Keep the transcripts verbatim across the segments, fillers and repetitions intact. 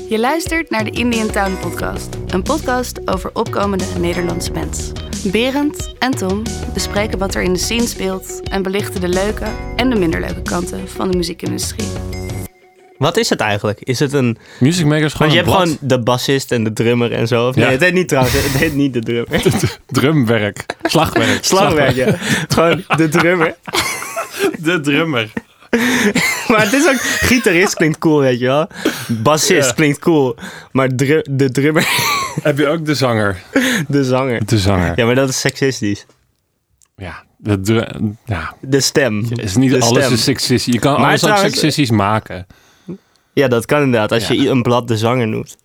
Je luistert naar de Indian Town podcast. Een podcast over opkomende Nederlandse bands. Berend en Tom bespreken wat er in de scene speelt en belichten de leuke en de minder leuke kanten van de muziekindustrie. Wat is het eigenlijk? Is het een... Music Maker is gewoon Want je hebt blad. gewoon de bassist en de drummer en zo. Of nee, Ja. het heet niet trouwens. Het heet niet de drummer. Drumwerk. Slagwerk. Slagwerk, ja. Gewoon de drummer. De drummer. Maar het is ook... Gitarist klinkt cool, weet je wel. Bassist Ja. klinkt cool. Maar dru- de drummer... Heb je ook de zanger? De zanger. De zanger. Ja, maar dat is seksistisch. Ja. De dru- ja. De stem. Is niet De alles stem. is seksistisch. Je kan Maar alles ook trouwens- seksistisch maken. Ja, dat kan inderdaad. Als Ja. je een blad de zanger noemt.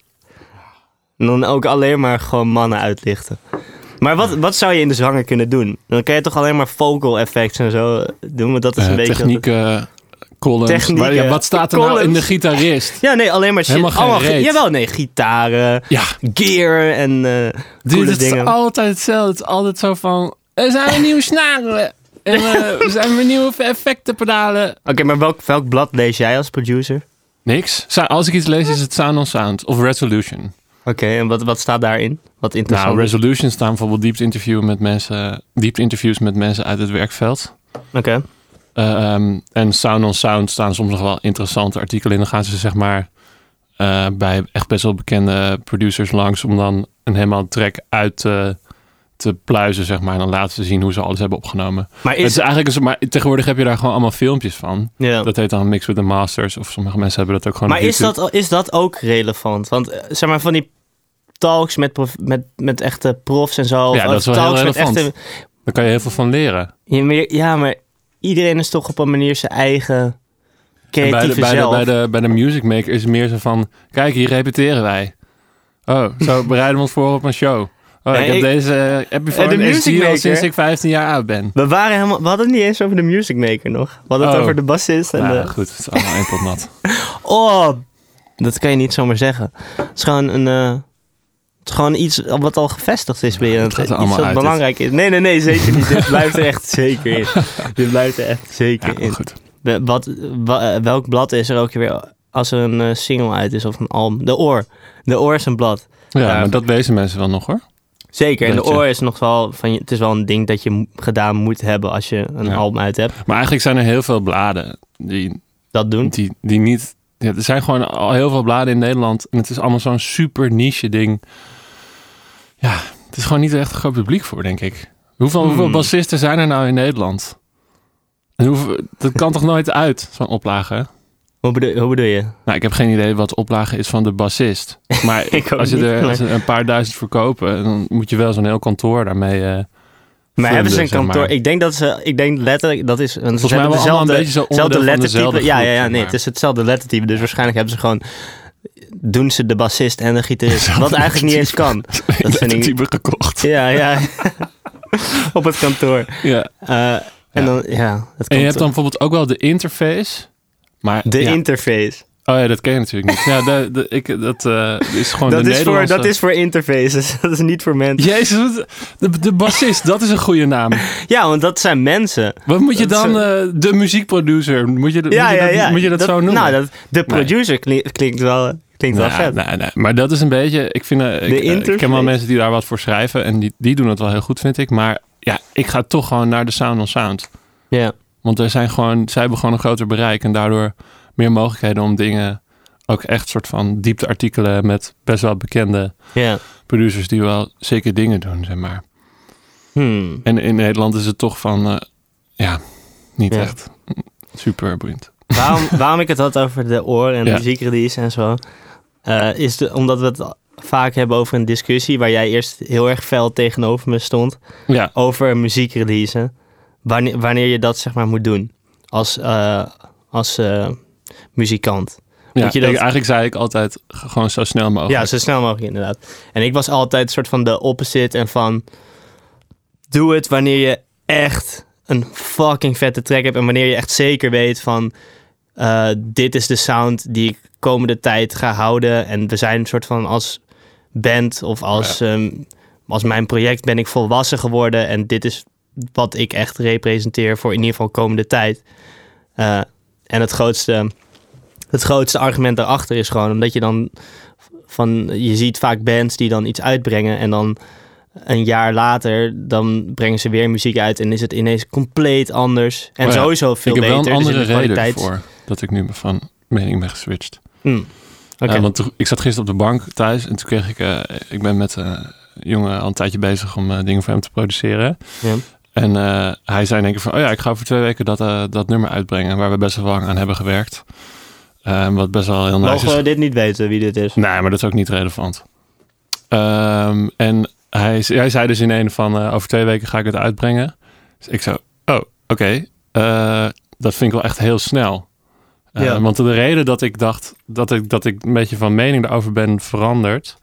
En dan ook alleen maar gewoon mannen uitlichten. Maar wat, wat zou je in de zanger kunnen doen? Dan kan je toch alleen maar vocal effects en zo doen. Want dat is een Uh, beetje... technieken, columns. Technieken, Maar ja, wat staat er nou columns. in de gitarist? Ja, nee, alleen maar shit. Helemaal geen Allemaal ge- reet. Jawel, nee, gitaren, Ja. gear en uh, Dit coole is dingen. altijd hetzelfde. Het is altijd zo van... Er zijn weer nieuwe snaren. En uh, er zijn weer nieuwe effectenpedalen. Oké, maar welk, welk blad lees jij als producer? Niks. Sa- Als ik iets lees is het Sound on Sound. Of Resolution. Oké, en wat, wat staat daarin? Wat interessant Nou, is? Resolution staan bijvoorbeeld diepte interviewen met mensen, diepte interviews met mensen uit het werkveld. Oké, Uh, um, en Sound on Sound staan soms nog wel interessante artikelen in. Dan gaan ze zeg maar uh, bij echt best wel bekende producers langs om dan een helemaal track uit te, te pluizen, zeg maar. En dan laten ze zien hoe ze alles hebben opgenomen. maar Het is... is eigenlijk een, soort- maar tegenwoordig heb je daar gewoon allemaal filmpjes van. ja. Dat heet dan Mix with the Masters. Of sommige mensen hebben dat ook gewoon Maar op is YouTube. dat, is dat ook relevant? Want eh, zeg maar van die talks met, prof- met, met echte profs en zo. Ja, of dat is wel talks heel met relevant. echte... Daar kan je heel veel van leren. Ja, maar, ja, maar iedereen is toch op een manier zijn eigen En bij, creatieve de, bij, de, zelf. bij, de, bij de Music Maker is het meer zo van... Kijk, hier repeteren wij. Oh, zo bereiden we ons voor op een show. Oh, Nee, ik heb ik- deze uh, Epiphone de Music S D al Maker- sinds ik vijftien jaar oud ben. We, waren helemaal, we hadden het niet eens over de Music Maker nog. We hadden het Oh. over de bassist. En Nou, de... goed, het is allemaal één pot nat. Oh, dat kan je niet zomaar zeggen. Het is gewoon een... eh, het is gewoon iets wat al gevestigd is bij je. het gaat er Iets allemaal wat uit, belangrijk is. Nee, nee, nee, zeker niet. Dit blijft er echt zeker in. Dit blijft er echt zeker Ja, in. goed. We- Wat, wa- eh, welk blad is er ook weer als er een eh, single uit is of een album? De Oor. De Oor is een blad. Ja, Ja. maar dat lezen mensen wel nog, hoor. Zeker. En de Beetje. Oor is nog wel van je- het is wel een ding dat je mo- gedaan moet hebben als je een Ja. album uit hebt. Maar eigenlijk zijn er heel veel bladen die, Dat doen. die, die niet... Ja, er zijn gewoon al heel veel bladen in Nederland. En het is allemaal zo'n super niche ding. Ja, het is gewoon niet echt een groot publiek voor, denk ik. Hoeveel, hoeveel Hmm. bassisten zijn er nou in Nederland? En hoeveel, dat kan toch nooit uit, zo'n oplage? hè? Hoe bedoel, hoe bedoel je? Nou, ik heb geen idee wat de oplage is van de bassist. Maar Ik ook als je niet, er maar- als er een paar duizend verkopen, dan moet je wel zo'n heel kantoor daarmee. eh Maar hebben ze een zeg maar. kantoor? Ik denk dat ze, ik denk letterlijk, dat is, want ze Volgens mij hebben wel allemaal een dezelfde, beetje zo dezelfde onderdeel van lettertype. dezelfde Ja, groep, ja, ja, zeg nee, maar. het is hetzelfde lettertype. Dus waarschijnlijk hebben ze gewoon, doen ze de bassist en de gitarist. Wat eigenlijk niet eens kan. Dat vind ik, type gekocht. ja, ja. Op het kantoor. Ja. Eh, en Ja. dan, ja. Het En je hebt kantoor. dan bijvoorbeeld ook wel de interface. Maar De ja. interface. Oh ja, dat ken je natuurlijk niet. Ja, de, de, ik, dat eh, is gewoon Dat de is, voor, Nederlandse... dat is voor interfaces. Dat is niet voor mensen. Jezus, wat- de, de bassist, dat is een goede naam. Ja, want dat zijn mensen. Wat moet je Dat is dan, eh, de muziekproducer, moet je, Ja, moet je, ja, dat, ja. moet je dat, zo noemen? Nou, dat, de producer klinkt, klinkt wel, klinkt wel Nee, vet. nee, nee. Maar dat is een beetje, ik vind, eh, ik, eh, ik interface. ken wel mensen die daar wat voor schrijven en die, die doen het wel heel goed, vind ik. Maar ja, ik ga toch gewoon naar de Sound on Sound. Ja. Want er zijn gewoon, zij hebben gewoon een groter bereik en daardoor meer mogelijkheden om dingen, ook echt soort van diepteartikelen met best wel bekende Ja. producers die wel zeker dingen doen, zeg maar. Hmm. En in Nederland is het toch van, eh, ja, niet Ja. echt super boeiend. Waarom, waarom ik het had over de oor en Ja. muziekrelease en zo, eh, is de, omdat we het vaak hebben over een discussie waar jij eerst heel erg fel tegenover me stond, Ja, over muziekrelease. Wanneer, wanneer je dat zeg maar moet doen als, eh, als eh, muzikant. ja Moet je dat- ik- eigenlijk zei ik altijd g- gewoon zo snel mogelijk. Ja, zo snel mogelijk inderdaad. En ik was altijd een soort van de opposite en van, doe het wanneer je echt een fucking vette track hebt en wanneer je echt zeker weet van, eh, dit is de sound die ik komende tijd ga houden en we zijn een soort van als band of als, ehm, als mijn project ben ik volwassen geworden en dit is wat ik echt representeer voor in ieder geval komende tijd. Uh, en het grootste het grootste argument daarachter is gewoon omdat je dan van je ziet vaak bands die dan iets uitbrengen en dan een jaar later dan brengen ze weer muziek uit en is het ineens compleet anders en oh ja, sowieso veel beter. Ik heb beter. wel een andere dus reden kwaliteit... voor dat ik nu van mening ben geswitcht. Hmm. Okay. Uh, want to, ik zat gisteren op de bank thuis en toen kreeg ik, uh, ik ben met een uh, jongen al een tijdje bezig om uh, dingen voor hem te produceren. Ja. En uh, hij zei in één keer van, oh ja, ik ga over twee weken dat, uh, dat nummer uitbrengen waar we best wel lang aan hebben gewerkt. Uh, wat best wel heel nice is. Mogen we dit niet weten wie dit is? Nee, maar dat is ook niet relevant. Um, en hij, hij zei dus in een van, uh, over twee weken ga ik het uitbrengen. Dus ik zo, oh, oké. Okay. Uh, dat vind ik wel echt heel snel. Uh, ja. Want de reden dat ik dacht dat ik, dat ik een beetje van mening daarover ben veranderd,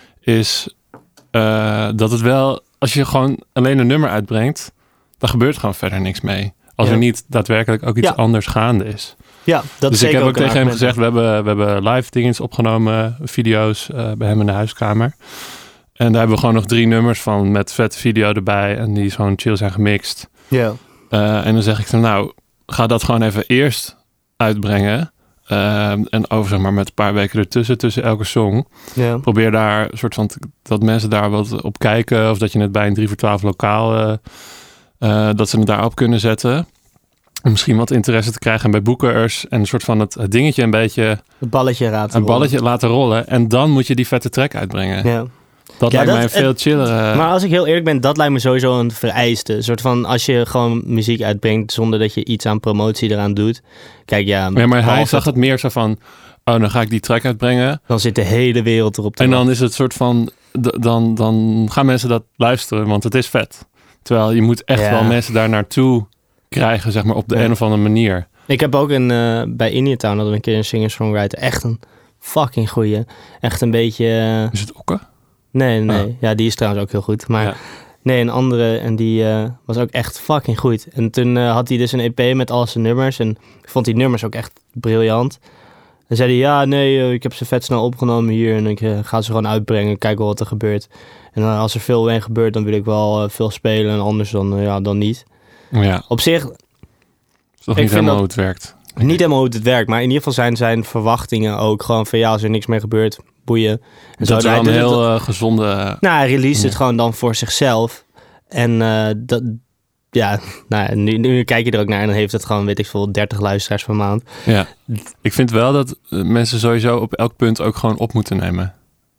is uh, dat het wel, als je gewoon alleen een nummer uitbrengt, dan gebeurt gewoon verder niks mee. Als ja. er niet daadwerkelijk ook iets ja. anders gaande is. Ja, dat dus is ik heb ook tegen hem gezegd, met. we hebben, we hebben live dingen opgenomen, video's uh, bij hem in de huiskamer. En daar hebben we gewoon nog drie nummers van met vette video erbij en die gewoon chill zijn gemixt. Ja. Uh, en dan zeg ik dan, nou, ga dat gewoon even eerst uitbrengen. Uh, en over zeg maar met een paar weken ertussen, tussen elke song. Ja. Probeer daar een soort van, t- dat mensen daar wat op kijken. Of dat je het bij een drie voor twaalf lokaal, uh, uh, dat ze het daarop kunnen zetten. En misschien wat interesse te krijgen bij boekers. En een soort van het, het dingetje een beetje... Een balletje laten Een balletje rollen. laten rollen. En dan moet je die vette track uitbrengen. Ja. Dat ja, lijkt dat, mij een veel chiller. Uh... Maar als ik heel eerlijk ben, dat lijkt me sowieso een vereiste. Een soort van, als je gewoon muziek uitbrengt zonder dat je iets aan promotie eraan doet. Kijk, ja... ja maar hij zag het meer zo van, oh, dan ga ik die track uitbrengen. Dan zit de hele wereld erop te En dan wachten. is het soort van, d- dan, dan gaan mensen dat luisteren, want het is vet. Terwijl je moet echt ja. wel mensen daar naartoe krijgen, zeg maar, op de ja. een of andere manier. Ik heb ook een, uh, bij Indiatown hadden we een keer een singer-songwriter. Echt een fucking goeie. Echt een beetje... Uh... Is het Okke? Nee, nee. Oh. Ja, die is trouwens ook heel goed. Maar ja. nee, een andere. En die uh, was ook echt fucking goed. En toen uh, had hij dus een E P met al zijn nummers. En ik vond die nummers ook echt briljant. En zei hij, ja, nee, uh, ik heb ze vet snel opgenomen hier. En ik uh, ga ze gewoon uitbrengen. Kijken wel wat er gebeurt. En uh, als er veel in gebeurt, dan wil ik wel uh, veel spelen. En anders dan, uh, ja, dan niet. Ja. Op zich... Het is toch niet helemaal hoe het werkt? Niet helemaal hoe het werkt. Maar in ieder geval zijn zijn verwachtingen ook gewoon van... ja, als er niks meer gebeurt, boeien. En dat zo, is wel een hij, heel het, uh, gezonde... Uh, nou, hij release ja. het gewoon dan voor zichzelf. En uh, dat... Ja, nou, nu, nu kijk je er ook naar en dan heeft het gewoon, weet ik veel, dertig luisteraars per maand. Ja, ik vind wel dat mensen sowieso op elk punt ook gewoon op moeten nemen.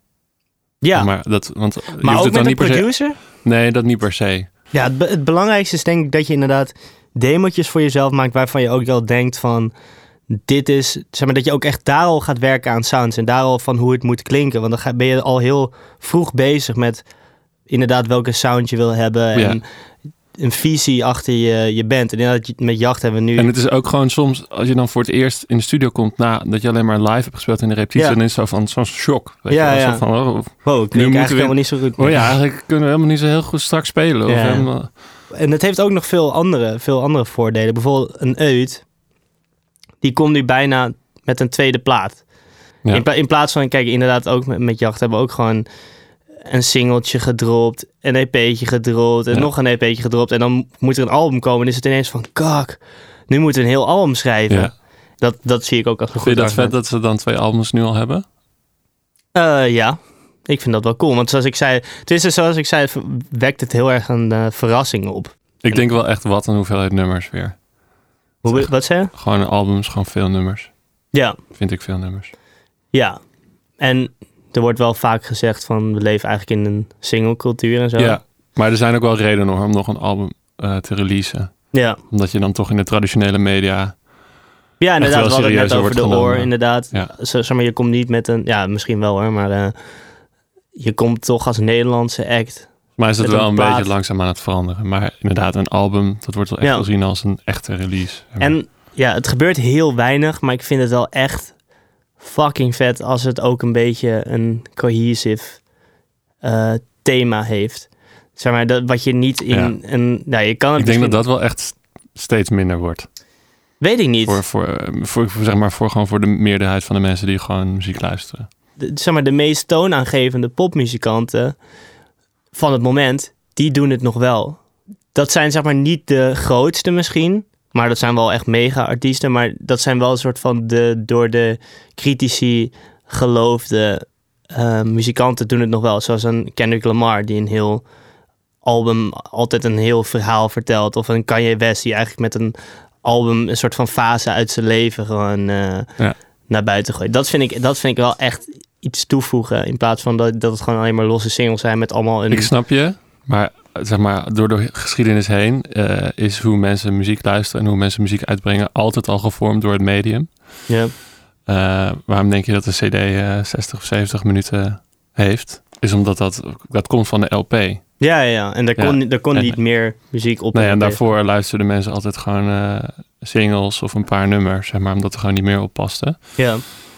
Ja. Maar, dat, want je maar ook het met dan een niet producer? Per se, nee, dat niet per se. Ja, het, het belangrijkste is denk ik dat je inderdaad demotjes voor jezelf maakt waarvan je ook wel denkt van... Dit is, zeg maar, dat je ook echt daar al gaat werken aan sounds en daar al van hoe het moet klinken. Want dan ga, ben je al heel vroeg bezig met inderdaad welke sound je wil hebben en ja. een visie achter je, je band. En inderdaad, met Jacht hebben we nu... En het is ook gewoon soms, als je dan voor het eerst in de studio komt, nadat je alleen maar live hebt gespeeld in de repetitie, ja. dan is het zo van zo'n shock. Weet ja, je, ja. Zo van, oh, wow, ik eigenlijk we... helemaal niet zo goed. Oh ja, eigenlijk kunnen we helemaal niet zo heel goed straks spelen. Ja. Of helemaal... En het heeft ook nog veel andere, veel andere voordelen. Bijvoorbeeld een Eut, die komt nu bijna met een tweede plaat. Ja. In, pla- in plaats van, kijk, inderdaad ook met, met Jacht hebben we ook gewoon een singeltje gedropt, een E P'tje gedropt en ja. nog een E P'tje gedropt. En dan moet er een album komen en is het ineens van, kak, nu moeten we een heel album schrijven. Ja. Dat, dat zie ik ook als een goed Vind je dat argument. vet dat ze dan twee albums nu al hebben? Uh, ja, ik vind dat wel cool. Want zoals ik zei, tenminste zoals ik zei, wekt het heel erg een uh, verrassing op. Ik en, denk wel echt wat een hoeveelheid nummers weer. Hoe, echt, wat zei je? Gewoon een album is gewoon veel nummers. Ja. Vind ik veel nummers. Ja. En er wordt wel vaak gezegd van we leven eigenlijk in een singlecultuur en zo. Ja, maar er zijn ook wel redenen om nog een album uh, te releasen. Ja. Omdat je dan toch in de traditionele media... Ja, inderdaad, we hadden het net over de genomen. oor, inderdaad. Ja. Zeg maar, je komt niet met een... Ja, misschien wel hoor, maar uh, je komt toch als Nederlandse act. Maar is het wel een, een plaat. beetje langzaam aan het veranderen. Maar inderdaad, een album, dat wordt wel echt ja. gezien als een echte release. En ja, het gebeurt heel weinig, maar ik vind het wel echt fucking vet als het ook een beetje een cohesive uh, thema heeft. Zeg maar, dat, wat je niet in ja. een... Nou, je kan het ik denk dat dat wel echt steeds minder wordt. Weet ik niet. Voor, voor, voor, voor, zeg maar, voor, gewoon voor de meerderheid van de mensen die gewoon muziek luisteren. De, zeg maar, de meest toonaangevende popmuzikanten van het moment, die doen het nog wel. Dat zijn zeg maar niet de grootste misschien, Maar dat zijn wel echt mega-artiesten. Maar dat zijn wel een soort van de door de critici geloofde uh, muzikanten doen het nog wel. Zoals een Kendrick Lamar die een heel album altijd een heel verhaal vertelt. Of een Kanye West die eigenlijk met een album een soort van fase uit zijn leven gewoon uh, ja. naar buiten gooit. Dat vind ik, dat vind ik wel echt iets toevoegen. In plaats van dat, dat het gewoon alleen maar losse singles zijn met allemaal een... Ik snap je, maar zeg maar door de geschiedenis heen uh, is hoe mensen muziek luisteren en hoe mensen muziek uitbrengen altijd al gevormd door het medium. Ja. Uh, waarom denk je dat een cd uh, zestig of zeventig minuten heeft? Is omdat dat, dat komt van de L P. Ja, ja. En daar kon, ja. daar kon niet en, meer muziek op. Nee, en daarvoor luisterden mensen altijd gewoon uh, singles of een paar nummers, zeg maar, omdat er gewoon niet meer op paste. Ja.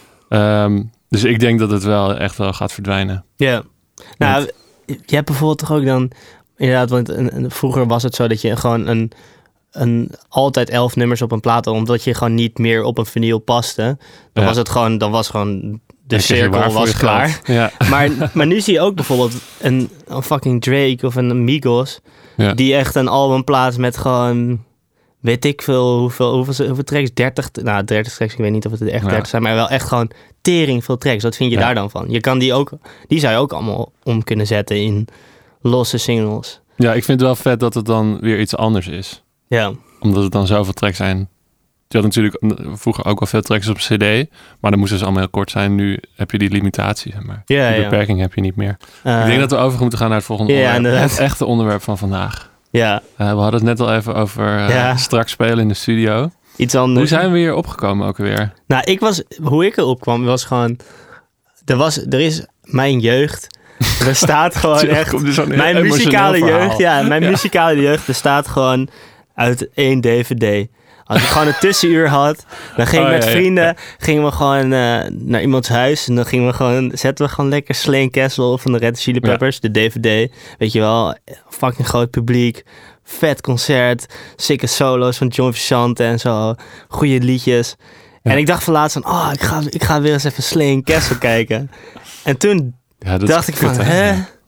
Um, dus ik denk dat het wel echt wel gaat verdwijnen. Ja. Nou, want, je hebt bijvoorbeeld toch ook dan, inderdaad, want een, een, vroeger was het zo dat je gewoon een, een altijd elf nummers op een plaat had, omdat je gewoon niet meer op een vinyl paste. Dan ja. was het gewoon, dan was gewoon de cirkel was klaar. Ja. Maar, maar nu zie je ook bijvoorbeeld een, een fucking Drake of een Migos, ja. die echt een album plaatst met gewoon, weet ik veel, hoeveel, hoeveel, hoeveel tracks, dertig, nou dertig tracks, ik weet niet of het echt dertig ja. zijn, maar wel echt gewoon tering veel tracks. Wat vind je ja. daar dan van? Je kan die ook, die zou je ook allemaal om kunnen zetten in losse singles. Ja, ik vind het wel vet dat het dan weer iets anders is. Ja. Omdat het dan zoveel tracks zijn. Je had natuurlijk vroeger ook wel veel tracks op cd, maar dan moesten ze allemaal heel kort zijn. Nu heb je die limitatie, zeg maar. Ja, die ja. beperking heb je niet meer. Uh, ik denk dat we over moeten gaan naar het volgende ja, onderwerp. Inderdaad. Het echte onderwerp van vandaag. Ja. Uh, we hadden het net al even over uh, ja. straks spelen in de studio. Iets anders. Hoe zijn we hier opgekomen ook weer? Nou, ik was, hoe ik erop kwam, was gewoon, er was, er is mijn jeugd. Er bestaat gewoon echt, mijn muzikale jeugd, ja, mijn ja. muzikale jeugd bestaat gewoon uit één D V D. Als ik gewoon een tussenuur had, dan ging ik oh, met ja, vrienden, ja. gingen we gewoon uh, naar iemands huis. En dan gingen we gewoon, zetten we gewoon lekker Slane Castle van de Red Chili Peppers, ja. de D V D. Weet je wel, fucking groot publiek, vet concert, sikke solo's van John Frusciante en zo, goede liedjes. Ja. En ik dacht van laatst van, oh, ik ga, ik ga weer eens even Slane Castle kijken. En toen ja, dacht ik van, hè?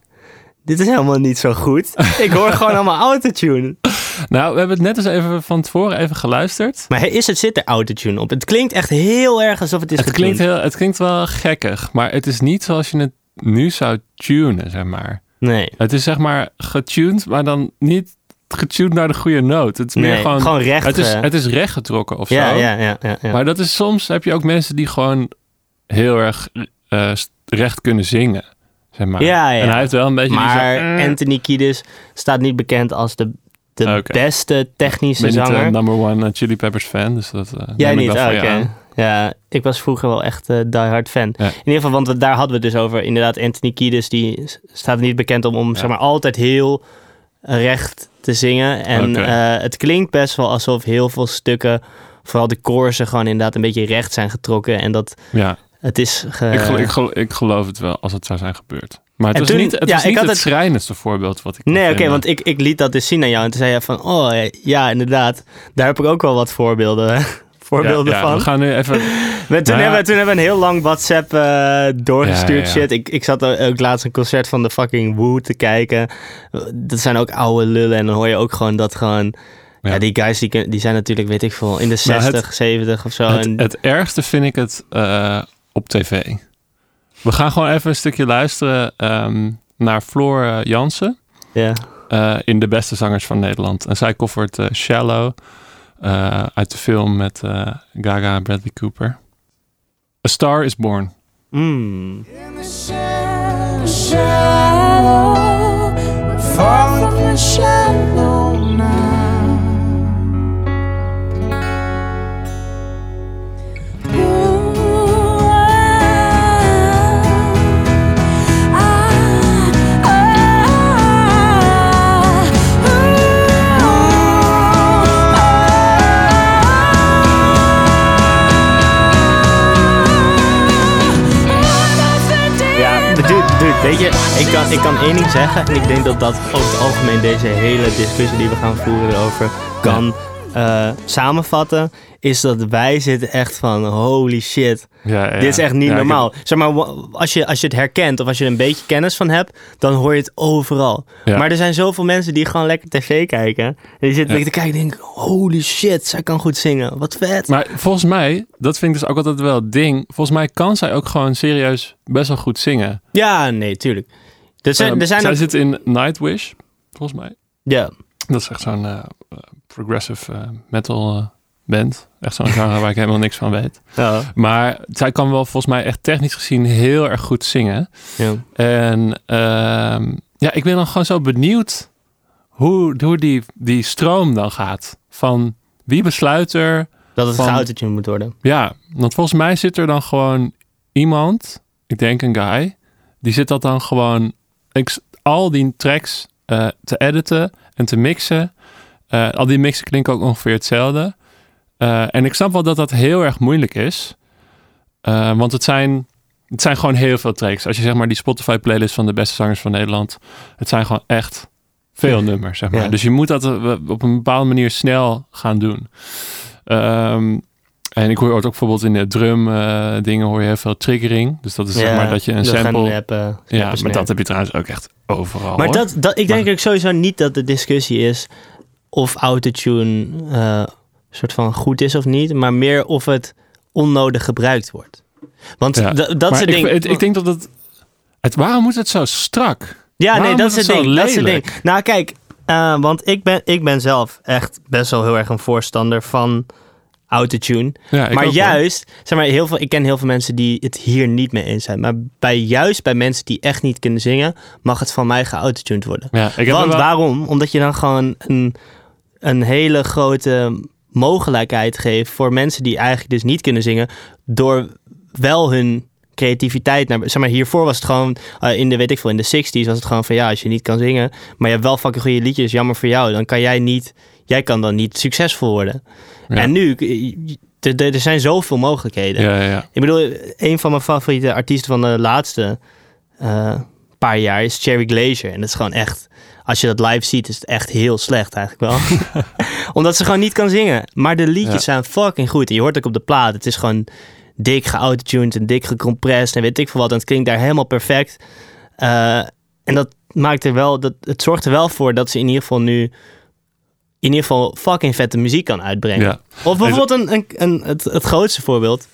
Dit is helemaal niet zo goed. Ik hoor gewoon allemaal autotune. Nou, we hebben het net eens even van tevoren even geluisterd. Maar is het, zit er autotune op? Het klinkt echt heel erg alsof het is het klinkt heel, Het klinkt wel gekkig, maar het is niet zoals je het nu zou tunen, zeg maar. Nee. Het is zeg maar getuned, maar dan niet getuned naar de goede noot. Het is meer nee, gewoon... gewoon recht. Het is, het is rechtgetrokken of ja, zo. Ja, ja, ja, ja. Maar dat is soms, heb je ook mensen die gewoon heel erg uh, recht kunnen zingen. Zeg maar. Ja, ja. En hij heeft wel een beetje... Maar die zo, uh, Anthony Kiedis staat niet bekend als de, de okay. beste technische ik ben zanger. Ik ben niet uh, number one Chili Peppers fan, dus dat uh, Jij niet? Oké. Oh, okay. Ja, ik was vroeger wel echt uh, die hard fan. Ja. In ieder geval, want we, daar hadden we het dus over. Inderdaad, Anthony Kiedis, die staat niet bekend om, om ja. zeg maar, altijd heel recht te zingen. En okay. uh, het klinkt best wel alsof heel veel stukken, vooral de chorussen, gewoon inderdaad een beetje recht zijn getrokken. En dat... Ja. Het is ge... ik, geloof, ik, geloof, ik geloof het wel als het zou zijn gebeurd. Maar het en was toen, niet het, ja, was niet het, het schrijnendste voorbeeld wat ik Nee, oké, okay, want ik, ik liet dat dus zien aan jou. En toen zei je van, oh ja, inderdaad. Daar heb ik ook wel wat voorbeelden, voorbeelden ja, ja, van. We gaan nu even... Maar toen, ja. hebben, toen hebben we een heel lang WhatsApp uh, doorgestuurd. Ja, ja, ja. Shit. Ik, ik zat ook laatst een concert van de fucking Woo te kijken. Dat zijn ook oude lullen. En dan hoor je ook gewoon dat gewoon... Ja, ja die guys die, die zijn natuurlijk, weet ik veel, in de zestig, het, zeventig of zo. Het, en... het ergste vind ik het uh, op tv. We gaan gewoon even een stukje luisteren um, naar Floor uh, Jansen. Ja. Uh, in De Beste Zangers van Nederland. En zij covert uh, Shallow uh, uit de film met uh, Gaga en Bradley Cooper. A Star is Born. Mm. In the shadow, shadow, we're far from the shadow now. Weet je, ik kan, ik kan één ding zeggen. En ik denk dat dat over het algemeen deze hele discussie die we gaan voeren over kan uh, samenvatten, is dat wij zitten echt van holy shit. Ja, ja. Dit is echt niet ja, normaal. Heb... Zeg maar, als je, als je het herkent of als je er een beetje kennis van hebt, dan hoor je het overal. Ja. Maar er zijn zoveel mensen die gewoon lekker tv kijken. En die zitten Ja. te kijken en denken, holy shit, zij kan goed zingen. Wat vet. Maar volgens mij, dat vind ik dus ook altijd wel het ding. Volgens mij kan zij ook gewoon serieus best wel goed zingen. Ja, nee, tuurlijk. Er zijn, Um, er zijn zij ook... zit in Nightwish, volgens mij. Ja. Dat is echt zo'n uh, progressive uh, metal uh, band. Echt zo'n genre waar ik helemaal niks van weet. Ja. Maar zij kan wel volgens mij echt technisch gezien heel erg goed zingen. Ja. En uh, ja, ik ben dan gewoon zo benieuwd hoe, hoe die, die stroom dan gaat. Van wie besluit er... Dat het van, geautotuned moet worden. Ja, want volgens mij zit er dan gewoon iemand, ik denk een guy, die zit dat dan gewoon ik, al die tracks uh, te editen en te mixen. Uh, al die mixen klinken ook ongeveer hetzelfde. Uh, en ik snap wel dat dat heel erg moeilijk is. Uh, want het zijn, het zijn gewoon heel veel tracks. Als je zeg maar die Spotify playlist van de beste zangers van Nederland, het zijn gewoon echt veel nummers, zeg maar. Ja. Dus je moet dat op een bepaalde manier snel gaan doen. Um, en ik hoor ook bijvoorbeeld in de drum uh, dingen hoor je heel veel triggering. Dus dat is Ja, zeg maar dat je een sample... Rappen, ja, maar dat heb je trouwens ook echt overal. Maar hoor. dat, dat, ik denk Maar- ook sowieso niet dat de discussie is of autotune uh, soort van goed is of niet, maar meer of het onnodig gebruikt wordt. Want Ja. d- dat Maar is het ik, ding. het- ik denk dat het, het... Waarom moet het zo strak? Ja, nee, Waarom dat moet is het het zo ding. Dat is het lelijk? ding. Nou, kijk, uh, want ik ben, ik ben zelf echt best wel heel erg een voorstander van autotune. Ja, ik Maar ook, hoor. juist, zeg maar, heel veel, ik ken heel veel mensen die het hier niet mee eens zijn. Maar bij, juist bij mensen die echt niet kunnen zingen, mag het van mij geautotuned worden. Ja, ik heb Want er wel- waarom? Omdat je dan gewoon een, een hele grote mogelijkheid geeft voor mensen die eigenlijk dus niet kunnen zingen, door wel hun creativiteit naar... Zeg maar, hiervoor was het gewoon, uh, in de, weet ik veel, in de zestig's was het gewoon van, ja, als je niet kan zingen, maar je hebt wel fucking goede liedjes, jammer voor jou, dan kan jij niet, jij kan dan niet succesvol worden. Ja. En nu, er- er er zijn zoveel mogelijkheden. Ja, ja, ja. Ik bedoel, een van mijn favoriete artiesten van de laatste uh, paar jaar is Cherry Glazer. En dat is gewoon echt, als je dat live ziet, is het echt heel slecht eigenlijk wel. Omdat ze gewoon niet kan zingen. Maar de liedjes Ja. zijn fucking goed. En je hoort ook op de plaat, het is gewoon dik geautotuned en dik gecompressed en weet ik veel wat. En het klinkt daar helemaal perfect. Uh, en dat maakt er wel, dat, het zorgt er wel voor dat ze in ieder geval nu in ieder geval fucking vette muziek kan uitbrengen. Ja. Of bijvoorbeeld een, een, een, het, het grootste voorbeeld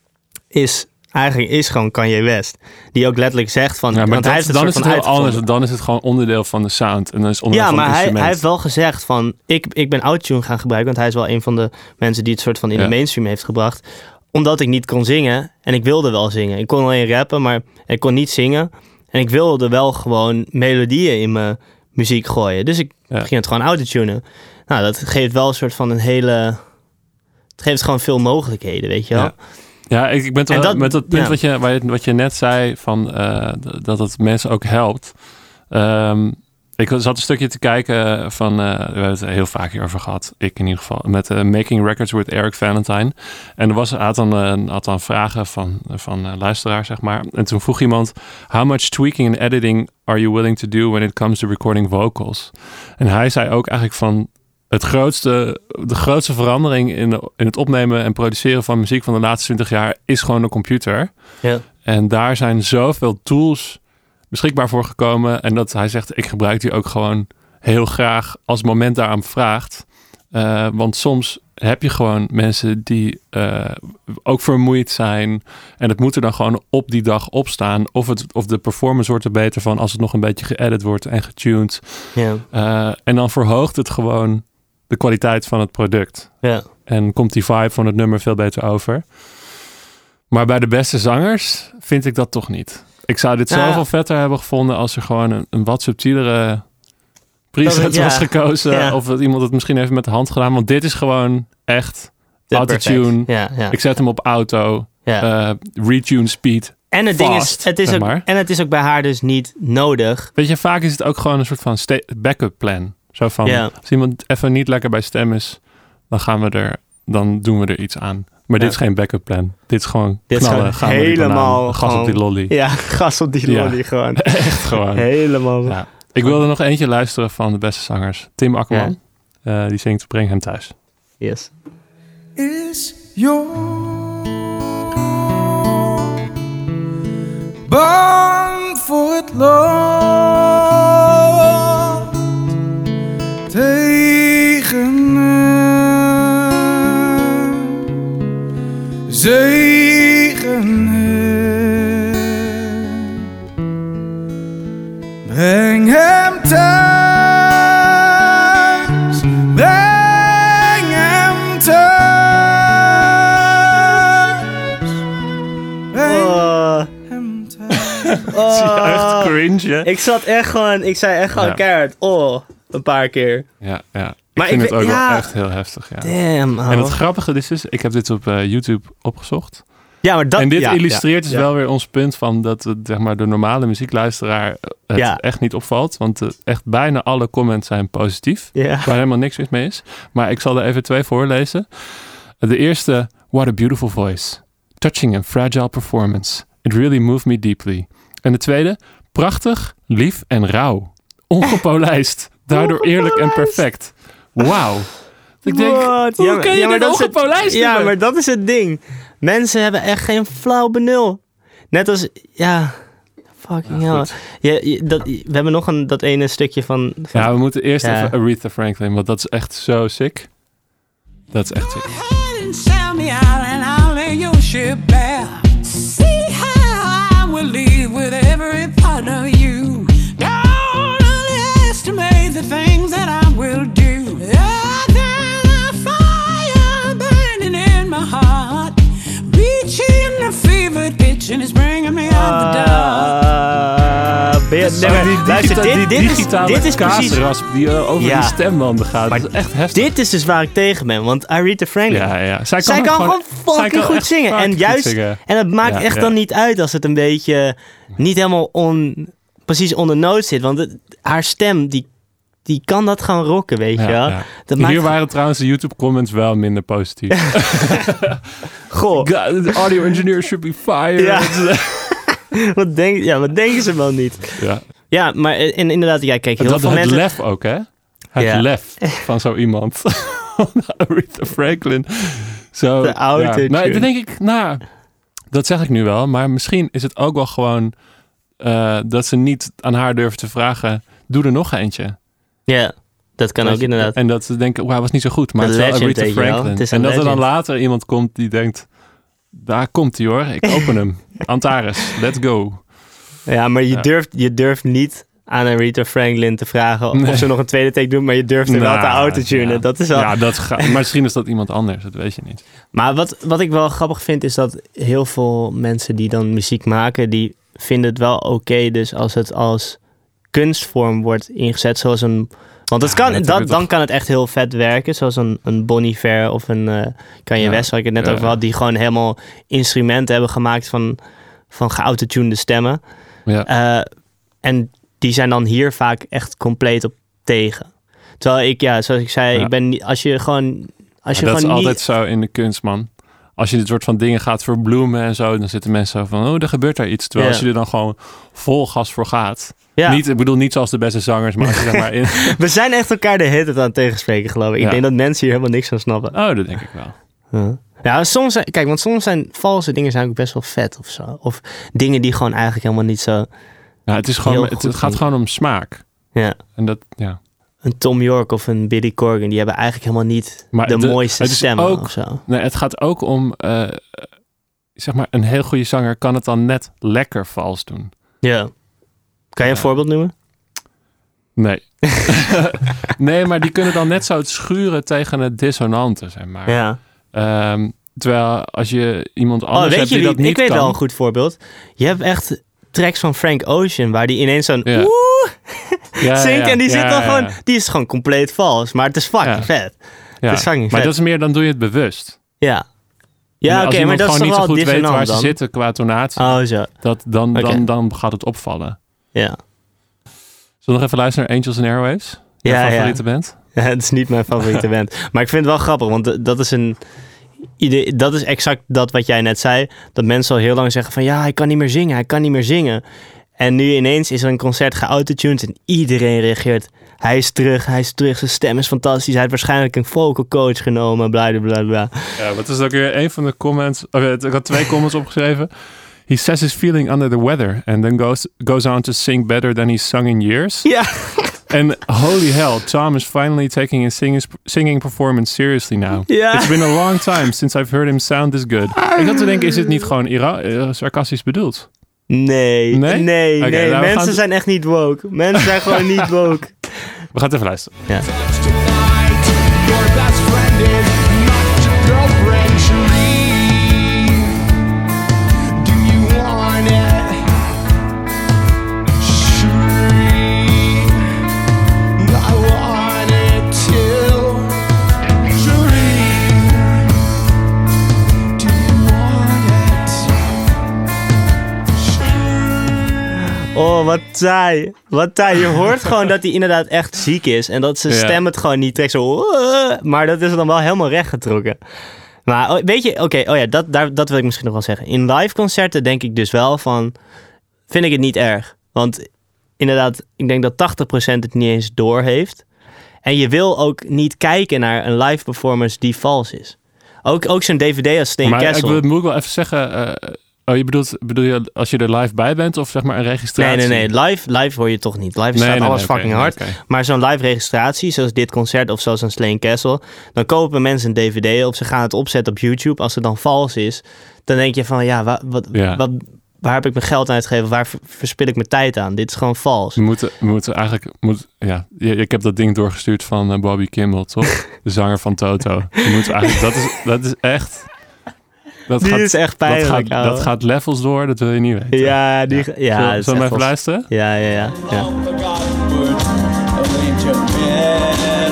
is eigenlijk is gewoon Kanye West. Die ook letterlijk zegt van... Ja, maar want dat, hij heeft het dan is soort het van heel anders. uitgevonden. Dan is het gewoon onderdeel van de sound. En dan is het onderdeel Ja, van maar het hij, instrument. hij heeft wel gezegd van... Ik, ik ben autotune gaan gebruiken. Want hij is wel een van de mensen die het soort van in Ja. de mainstream heeft gebracht. Omdat ik niet kon zingen. En ik wilde wel zingen. Ik kon alleen rappen, maar ik kon niet zingen. En ik wilde wel gewoon melodieën in mijn muziek gooien. Dus ik Ja. ging het gewoon autotunen. Nou, dat geeft wel een soort van een hele... Het geeft gewoon veel mogelijkheden, weet je wel. Ja. Ja, ik, ik ben het En wel dat- met dat punt ja. wat, je, waar je- wat je net zei, van, uh, d- dat het mensen ook helpt. Um, ik zat een stukje te kijken van, uh, we hebben het er heel vaak hierover gehad, ik in ieder geval, met uh, Making Records with Eric Valentine. En er was, had, dan, uh, had dan vragen van, van uh, luisteraars, zeg maar. En toen vroeg iemand, how much tweaking and editing are you willing to do when it comes to recording vocals? En hij zei ook eigenlijk van, het grootste, de grootste verandering in, de, in het opnemen en produceren van muziek van de laatste twintig jaar is gewoon een computer. Ja. En daar zijn zoveel tools beschikbaar voor gekomen. En dat hij zegt, ik gebruik die ook gewoon heel graag als het moment daaraan vraagt. Uh, want soms heb je gewoon mensen die uh, ook vermoeid zijn. En het moet er dan gewoon op die dag opstaan. Of, het, of de performance wordt er beter van als het nog een beetje geëdit wordt en getuned. Ja. Uh, en dan verhoogt het gewoon de kwaliteit van het product. Ja. En komt die vibe van het nummer veel beter over. Maar bij de beste zangers vind ik dat toch niet. Ik zou dit Ja. zoveel vetter hebben gevonden als er gewoon een, een wat subtielere preset Dat- ja. was gekozen. Ja. Of dat iemand het misschien even met de hand gedaan. Want dit is gewoon echt Dit autotune. perfect. Ja, ja. Ik zet hem op auto. ja. Uh, retune speed. en het ding is, fast, het is zeg ook, maar. en het is ook bij haar dus niet nodig. Weet je, vaak is het ook gewoon een soort van sta- backup plan. Zo van, Ja. als iemand even niet lekker bij stem is, dan gaan we er, dan doen we er iets aan. Maar Ja. dit is geen backup plan. Dit is gewoon Dit is knallen, gewoon gaan we die helemaal banaan, gas op die gewoon- lolly. Ja, gas op die Ja. lolly gewoon. Echt gewoon. Helemaal. Ja. Ik wilde nog eentje luisteren van de beste zangers. Tim Akkerman. Uh, die zingt Breng hem thuis. Yes. is yours. Bang voor het lot tegen hem, zegen hem, breng hem thuis, breng hem thuis, breng Oh, hem thuis. oh. Echt cringe, hè? Ik zat echt gewoon, ik zei echt gewoon Ja. keihard, oh, een paar keer. Ja, ja. Ik Maar vind ik het weet- ook ja. wel echt heel heftig, ja. Damn, oh. En het grappige is dus, ik heb dit op uh, YouTube opgezocht. Ja, maar dat, en dit ja, illustreert ja, dus ja. wel weer ons punt van dat het, zeg maar, de normale muziekluisteraar het Ja. echt niet opvalt. Want uh, echt bijna alle comments zijn positief. Ja. Waar helemaal niks mis mee is. Maar ik zal er even twee voorlezen. De eerste, what a beautiful voice. Touching and fragile performance. It really moved me deeply. En de tweede, prachtig, lief en rauw. Ongepolijst. Daardoor eerlijk en perfect. Wauw. Ik denk, What? hoe Ja, maar- kun je ja, maar dit dat is het- ongepolijst Ja, hebben? maar dat is het ding. Mensen hebben echt geen flauw benul. Net als, ja, fucking Ja, hell. goed. Je, je- dat, we hebben nog een, dat ene stukje van... van Ja, we moeten eerst Ja. even Aretha Franklin, want dat is echt zo sick. Dat is echt sick. ahead and sell me out and I'll lay your ship bare. See how I will leave with every part of you. Don't underestimate the things that I will do. There's a fire burning in my heart, reaching a fever pitch and it's bringing me out the dark. Ah, ben je- nee, maar die, luister, digita- dit, die dit is, digitale dit is precies... kaasrasp die uh, over Ja. die stembanden gaat. Maar dat is echt heftig. Dit is dus waar ik tegen ben, want Aretha Franklin... ja, ja. Zij kan, Zij ook kan gewoon zij fucking kan goed echt zingen. En fucking goed juist, zingen. en het maakt Ja, echt ja. dan niet uit als het een beetje niet helemaal on, precies onder noot zit. Want het, haar stem, die, die kan dat gewoon rocken, weet je Ja, wel. ja. Dat Hier maakt, waren trouwens de YouTube comments wel minder positief. goh, God, the audio engineer should be fired. Ja. wat, denk, ja, wat denken ze wel niet? Ja. Ja, maar en inderdaad, ja, kijk, heel Dat veel het mensen... lef ook, hè? Het Ja. lef van zo iemand. Aretha Franklin. Zo, De autotune. Ja. Nou, dan denk ik, nou, dat zeg ik nu wel. Maar misschien is het ook wel gewoon uh, dat ze niet aan haar durven te vragen, doe er nog eentje. Ja, dat kan Weet ook je, inderdaad. En dat ze denken, wauw, was niet zo goed. Maar De het is wel legend, Aretha weet je wel. Franklin. Het is En een dat er dan legend. later iemand komt die denkt, daar komt hij hoor. Ik open hem. Antares, let's go. Ja, maar je, Ja. durft, je durft niet aan Aretha Franklin te vragen Nee. of ze nog een tweede take doet, maar je durft er wel te Nou, autotunen. ja. Dat is wel... Ja, dat ga, maar misschien is dat iemand anders, dat weet je niet. Maar wat, wat ik wel grappig vind, is dat heel veel mensen die dan muziek maken, die vinden het wel oké, dus als het als kunstvorm wordt ingezet, zoals een... Want het Ja, kan, dat dat, heb je dan toch- kan het echt heel vet werken, zoals een, een Bon Iver of een uh, Kanye Ja. West, waar ik het net Ja. over had, die gewoon helemaal instrumenten hebben gemaakt van, van geautotunede stemmen. Ja. Uh, en die zijn dan hier vaak echt compleet op tegen. Terwijl ik, ja, zoals ik zei, Ja. ik ben niet, als je gewoon... Als je Maar dat is gewoon altijd niet, zo in de kunst, man. Als je dit soort van dingen gaat verbloemen en zo, dan zitten mensen zo van, oh, er gebeurt daar iets. Terwijl Ja. als je er dan gewoon vol gas voor gaat. ja. Niet, ik bedoel niet zoals de beste zangers, maar als je zeg maar in... We zijn echt elkaar de hele tijd aan het tegenspreken, geloof ik. Ik Ja. denk dat mensen hier helemaal niks van snappen. Oh, dat denk ik wel. Ja, ja soms zijn, kijk, want soms zijn valse dingen zijn ook best wel vet of zo. Of dingen die gewoon eigenlijk helemaal niet zo... Ja, het is gewoon, Heel het, goed het gaat vind. gewoon om smaak. Ja, En dat, ja. een Tom York of een Billy Corgan, die hebben eigenlijk helemaal niet Maar de, de- mooiste het is stemmen ook- of zo. Nee, het gaat ook om, uh, zeg maar, een heel goede zanger kan het dan net lekker vals doen. Ja. Kan je een Ja. voorbeeld noemen? Nee. Nee, maar die kunnen dan net zo het schuren tegen het dissonante, zeg maar. Ja. Ehm, terwijl als je iemand Oh, anders weet hebt je die wie? dat niet Ik weet kan... wel een goed voorbeeld. Je hebt echt tracks van Frank Ocean, waar die ineens zo'n Ja. oeh Ja, zingt. ja, En die ja, zit dan ja, gewoon... ja. Die is gewoon compleet vals. Maar het is fucking Ja. vet. Ja. Het is fucking Maar vet. dat is meer, dan doe je het bewust. Ja. Ja, Als oké, maar iemand dat is gewoon toch niet wel zo goed weet waar dissonant ze dan? zitten qua tonatie, Oh, zo. dat, dan, Oké. dan, dan gaat het opvallen. Ja. Zullen we nog even luisteren naar Angels and Airwaves? Je Ja, ja. favoriete band? Ja, het is niet mijn favoriete band. Maar ik vind het wel grappig, want d- dat is een idee. Dat is exact dat wat jij net zei. Dat mensen al heel lang zeggen van ja, hij kan niet meer zingen, hij kan niet meer zingen. En nu ineens is er een concert geautotuned en iedereen reageert. Hij is terug, hij is terug, zijn stem is fantastisch. Hij heeft waarschijnlijk een vocal coach genomen, bla bla bla. Ja, wat is ook weer een van de comments? Okay, ik had twee comments opgeschreven. He says he's feeling under the weather and then goes, goes on to sing better than he's sung in years. Ja. And holy hell, Tom is finally taking his singing, singing performance seriously now. Ja. It's been a long time since I've heard him sound this good. Ik had te denken, is dit niet gewoon ira- uh, sarcastisch bedoeld? Nee, Nee? nee, Oké, nee. nou, we Mensen gaan- zijn echt niet woke. Mensen zijn gewoon niet woke. We gaan het even luisteren. Ja. Tonight, your best friend is not your girlfriend, Sheree. Do you want it, Sheree? I want it too, Sheree. Do you want it, Sheree? Oh, wat taai. Wat taai. Je hoort gewoon dat hij inderdaad echt ziek is. En dat zijn Ja. stem het gewoon niet trekt. Zo, "Uh", maar dat is dan wel helemaal rechtgetrokken. Maar oh, weet je, oké, okay, oh ja, dat, daar, dat wil ik misschien nog wel zeggen. In live concerten denk ik dus wel van, vind ik het niet erg. Want inderdaad, ik denk dat tachtig procent het niet eens door heeft. En je wil ook niet kijken naar een live performance die vals is. Ook, ook zo'n D V D als Steen Maar ik Kessel. wil, moet ik wel even zeggen... Uh, oh, je bedoelt, bedoel je als je er live bij bent of zeg maar een registratie? Nee, nee, nee. Live, live hoor je toch niet. Live Nee, staat nee, alles nee, oké, fucking nee, hard. oké. Maar zo'n live registratie, zoals dit concert of zoals een Sleen Kessel, dan kopen mensen een D V D of ze gaan het opzetten op YouTube. Als het dan vals is, dan denk je van ja, wa- wat, Ja. wat, waar heb ik mijn geld aan uitgegeven? Waar ver- verspil ik mijn tijd aan? Dit is gewoon vals. We moeten, we moeten eigenlijk... Moet, ja, je- ik heb dat ding doorgestuurd van uh, Bobby Kimball, toch? De zanger van Toto. Je moet eigenlijk, dat, is, dat is echt... Dat Die gaat, is echt dat pijnlijk, gaat, ouwe. dat gaat levels door, dat wil je niet weten. Ja, die, ja. ja Zullen dat is zullen we echt even vals. luisteren? Ja, ja, ja. ja. Forgotten word of ancient men.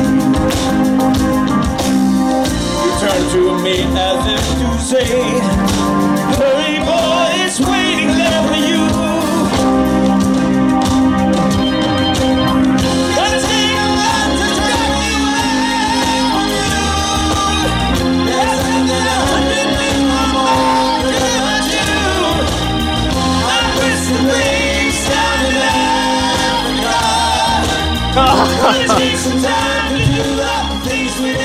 You turn to me as if to say, hurry boy, it's waiting there for you. Gonna take a lot to drive you away. There's something a hundred people more could do. I wish the waves down in Africa. It takes some time to do the things we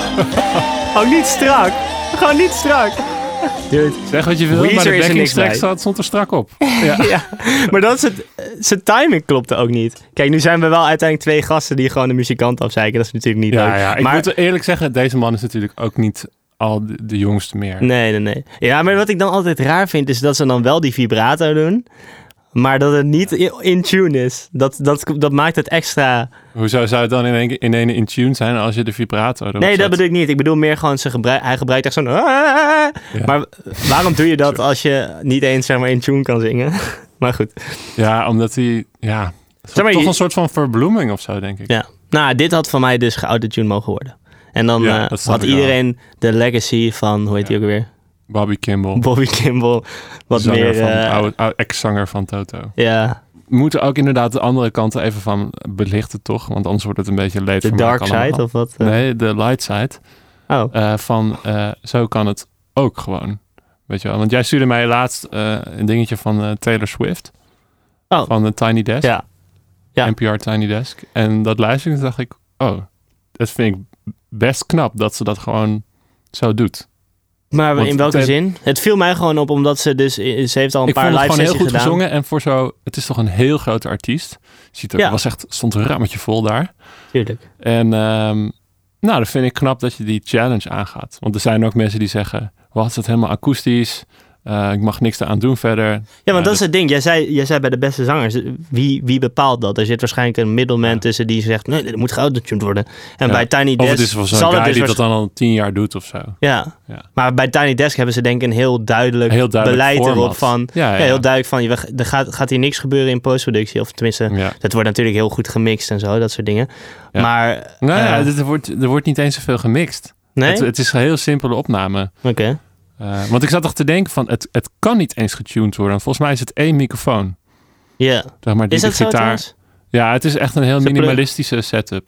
never. Oh, niet strak. Gewoon niet strak. Dude. Zeg wat je wil, Weezer maar de is er backing niks track bij. staat, stond er strak op. Ja. Ja, maar dat is het. Zijn timing klopte ook niet. Kijk, nu zijn we wel uiteindelijk twee gasten die gewoon de muzikant afzeiken. Dat is natuurlijk niet Ja, leuk. ja, ik maar, moet eerlijk zeggen, deze man is natuurlijk ook niet al de, de jongste meer. Nee, nee, nee. Ja, maar wat ik dan altijd raar vind, is dat ze dan wel die vibrato doen, maar dat het niet in, in tune is. Dat, dat, dat maakt het extra... Hoezo zou het dan in één in, één in tune zijn als je de vibrato erop Nee, dat zet? bedoel ik niet. Ik bedoel meer gewoon, ze gebruik, hij gebruikt echt zo'n... Ja. Maar waarom doe je dat als je niet eens zeg maar, in tune kan zingen? Maar goed. Ja, omdat hij... Ja, Zeg maar, toch je- een soort van verbloeming of zo, denk ik. Ja. Nou, dit had van mij dus geautotune mogen worden. En dan Ja, eh, dat snap had ik wel. iedereen de legacy van, hoe heet die ook weer? Bobby Kimball, Bobby Kimball. Wat zanger meer... van, eh, oude, oude- ex-zanger van Toto. ja, We moeten ook inderdaad de andere kant er even van belichten, toch? Want anders wordt het een beetje leed de voor dark elkaar allemaal. side of wat? eh? Nee, de light side. Oh, Eh, van eh, zo kan het ook gewoon. Weet je wel? Want jij stuurde mij laatst eh, een dingetje van eh, Taylor Swift. Oh. Van de Tiny Desk. ja. Ja. N P R Tiny Desk. En dat luisterde en dacht ik, oh, dat vind ik best knap dat ze dat gewoon zo doet. Maar Want in welke het- zin? Het viel mij gewoon op omdat ze dus... Ze heeft al een Ik paar vond het live gewoon heel sessies goed gedaan. gezongen. En voor zo, het is toch een heel grote artiest. Je ziet er, Ja. was echt, stond een rammetje vol daar. Tuurlijk. En ehm, nou, dan vind ik knap dat je die challenge aangaat. Want er zijn ook mensen die zeggen, wat is het helemaal akoestisch? Uh, ik mag niks eraan doen verder. Ja, want Ja, dat dat- is het ding. Jij zei, jij zei bij de beste zangers, wie, wie bepaalt dat? Er zit waarschijnlijk een middelman Ja. tussen die zegt, nee, dat moet geautotuned worden. En Ja. bij Tiny Of Desk het is wel zo'n zal guy het dus die waarsch- dat dan al tien jaar doet of zo. Ja. Ja. Maar bij Tiny Desk hebben ze denk ik een heel duidelijk, Heel duidelijk beleid format. erop van... Ja, Ja, ja, heel duidelijk van, je- er gaat, gaat hier niks gebeuren in postproductie. Of tenminste, Ja. dat wordt natuurlijk heel goed gemixt en zo, dat soort dingen. Ja. Maar... Nou ja, eh, dit- er, wordt, er wordt niet eens zoveel gemixt. nee? Het, het is een heel simpele opname. Oké. Uh, want ik zat toch te denken van, het, het kan niet eens getuned worden. Volgens mij is het één microfoon. Ja. Zeg maar, die Is de dat zo gitaar. trouwens? Ja, het is echt een heel Ze plug- minimalistische setup.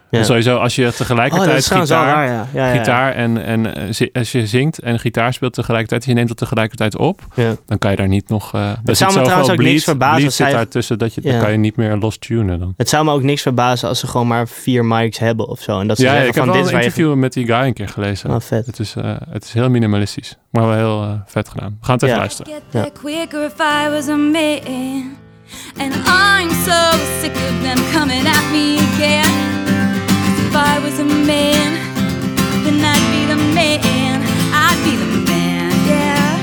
Ja. En sowieso als je Oh, tegelijkertijd dat is trouwens wel gitaar, waar, ja. Ja, ja, ja. gitaar en, en eh, zi- als je zingt en gitaar speelt tegelijkertijd, en je neemt het tegelijkertijd op, Ja. dan kan je daar niet nog... Uh, Het zou me trouwens ook niks verbazen bleed als zit zij- daartussen, dat je, Ja. dan kan je niet meer los tunen dan. Het zou me ook niks verbazen als ze gewoon maar vier mics hebben of zo. En dat ze Ja, zeggen ik heb van wel dit een is waar je... interview met die guy een keer gelezen. Oh, vet. Het is, uh, het is heel minimalistisch, maar wel heel uh, vet gedaan. We gaan het even Ja. luisteren. Get there quicker if I was a man. And I'm so sick of them coming at me again. If I was a man, then I'd be the man. I'd be the man, yeah.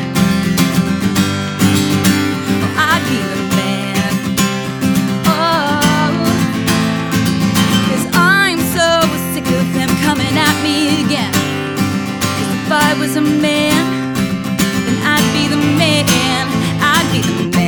Oh, I'd be the man. Oh, 'cause I'm so sick of them coming at me again. 'Cause if I was a man, then I'd be the man. I'd be the man.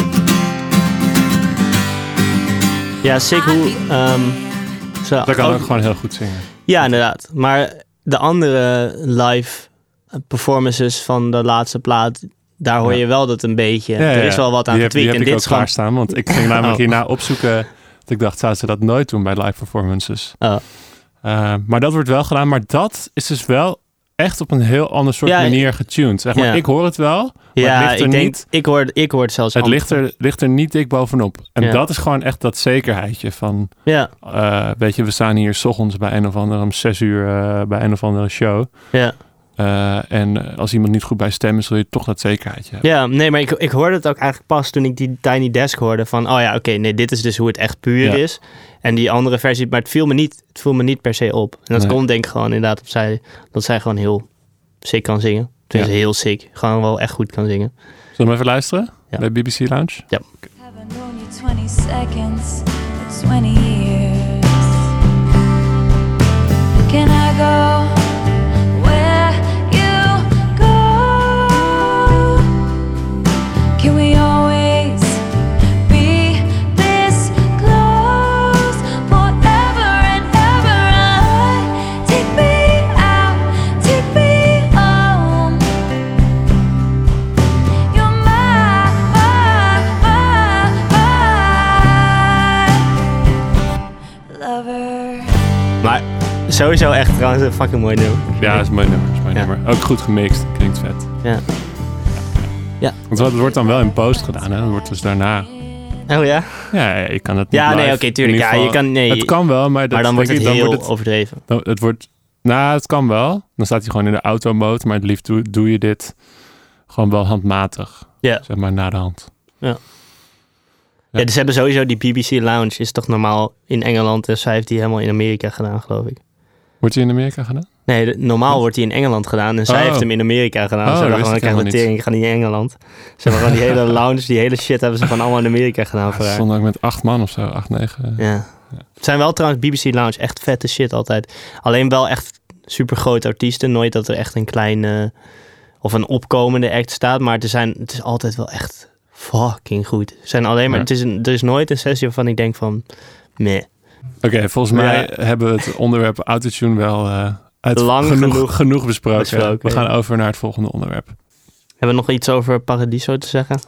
Ja, sick hoe... Um, zo, Dat kan ook- ook gewoon heel goed zingen. Ja, inderdaad. Maar de andere live performances van de laatste plaat, daar hoor Ja. je wel dat een beetje... Ja, ja, er ja. is wel wat aan die heb, die getweakt. heb En ik dit ook is gewoon... klaarstaan, want ik ging namelijk Oh. hierna opzoeken. Dat ik dacht, zouden ze dat nooit doen bij live performances? Oh. Uh, maar dat wordt wel gedaan. Maar dat is dus wel echt op een heel ander soort Ja, manier getuned. Zeg maar, ja. Ik hoor het wel, maar het Ja, ligt er ik denk... niet... Ik hoor, ik hoor het zelfs Het anders. ligt er, ligt er niet dik bovenop. En Ja. dat is gewoon echt dat zekerheidje van... Ja, Uh, weet je, we staan hier 's ochtends bij een of andere... om zes uur uh, bij een of andere show. ja. Uh, en als iemand niet goed bij stem is, zul je toch dat zekerheidje hebben. Ja, nee, maar ik, ik hoorde het ook eigenlijk pas toen ik die Tiny Desk hoorde van, oh ja, oké, nee, dit is dus hoe het echt puur Ja. is. En die andere versie, maar het viel me niet, het viel me niet per se op. En dat Nee. komt denk ik gewoon inderdaad op zij, dat zij gewoon heel sick kan zingen. Het is Ja. heel sick, gewoon wel echt goed kan zingen. Zullen we even luisteren? Ja. Bij B B C Lounge? Ja. Haven't known you twenty seconds, or twenty years. Can I go where you go? Can we always be this close forever and ever? I take me out, take me home. You're my, my, my, my lover. Maar sowieso echt trouwens een fucking mooi nummer. Ja, dat is een mooi nummer. Dat is een mooi Ja. nummer. Ook goed gemixt. Klinkt vet. Ja. Ja. Want het wordt dan wel in post gedaan. Hè? Dat wordt dus daarna... Oh ja? Ja, ja, je kan het niet Ja, nee, live. oké, In tuurlijk. ieder Ja, je geval- kan, nee, Het kan wel, maar, dat maar dan wordt denk het ik, heel dan wordt het, overdreven. dan- het wordt... Nou, het kan wel. Dan staat hij gewoon in de automode. Maar het liefst doe, doe je dit gewoon wel handmatig. Ja. Zeg maar na de hand. Ja, dus ze hebben sowieso die B B C Lounge is toch normaal in Engeland en zij heeft die helemaal in Amerika gedaan, geloof ik. Wordt hij in Amerika gedaan? Nee, de- normaal wordt hij in Engeland gedaan en zij Oh. heeft hem in Amerika gedaan. Oh, ze dat hebben wist gewoon, ik ik krijg de helemaal tering, ik ga niet in Engeland. Ze hebben gewoon die hele lounge, die hele shit hebben ze gewoon allemaal in Amerika gedaan voor Ze haar. stonden ook met acht man of zo. Acht, negen. Ja. Het zijn wel trouwens B B C Lounge echt vette shit altijd. Alleen wel echt super grote artiesten. Nooit dat er echt een kleine of een opkomende act staat. Maar er, zijn, het is altijd wel echt fucking goed. Het zijn alleen maar, Ja. het is een, er is nooit een sessie waarvan ik denk van, meh. Oké, volgens mij Ja. hebben we het onderwerp autotune wel uh, uit Lang genoeg, genoeg genoeg besproken. besproken, We ja. gaan over naar het volgende onderwerp. Hebben we nog iets over Paradiso te zeggen?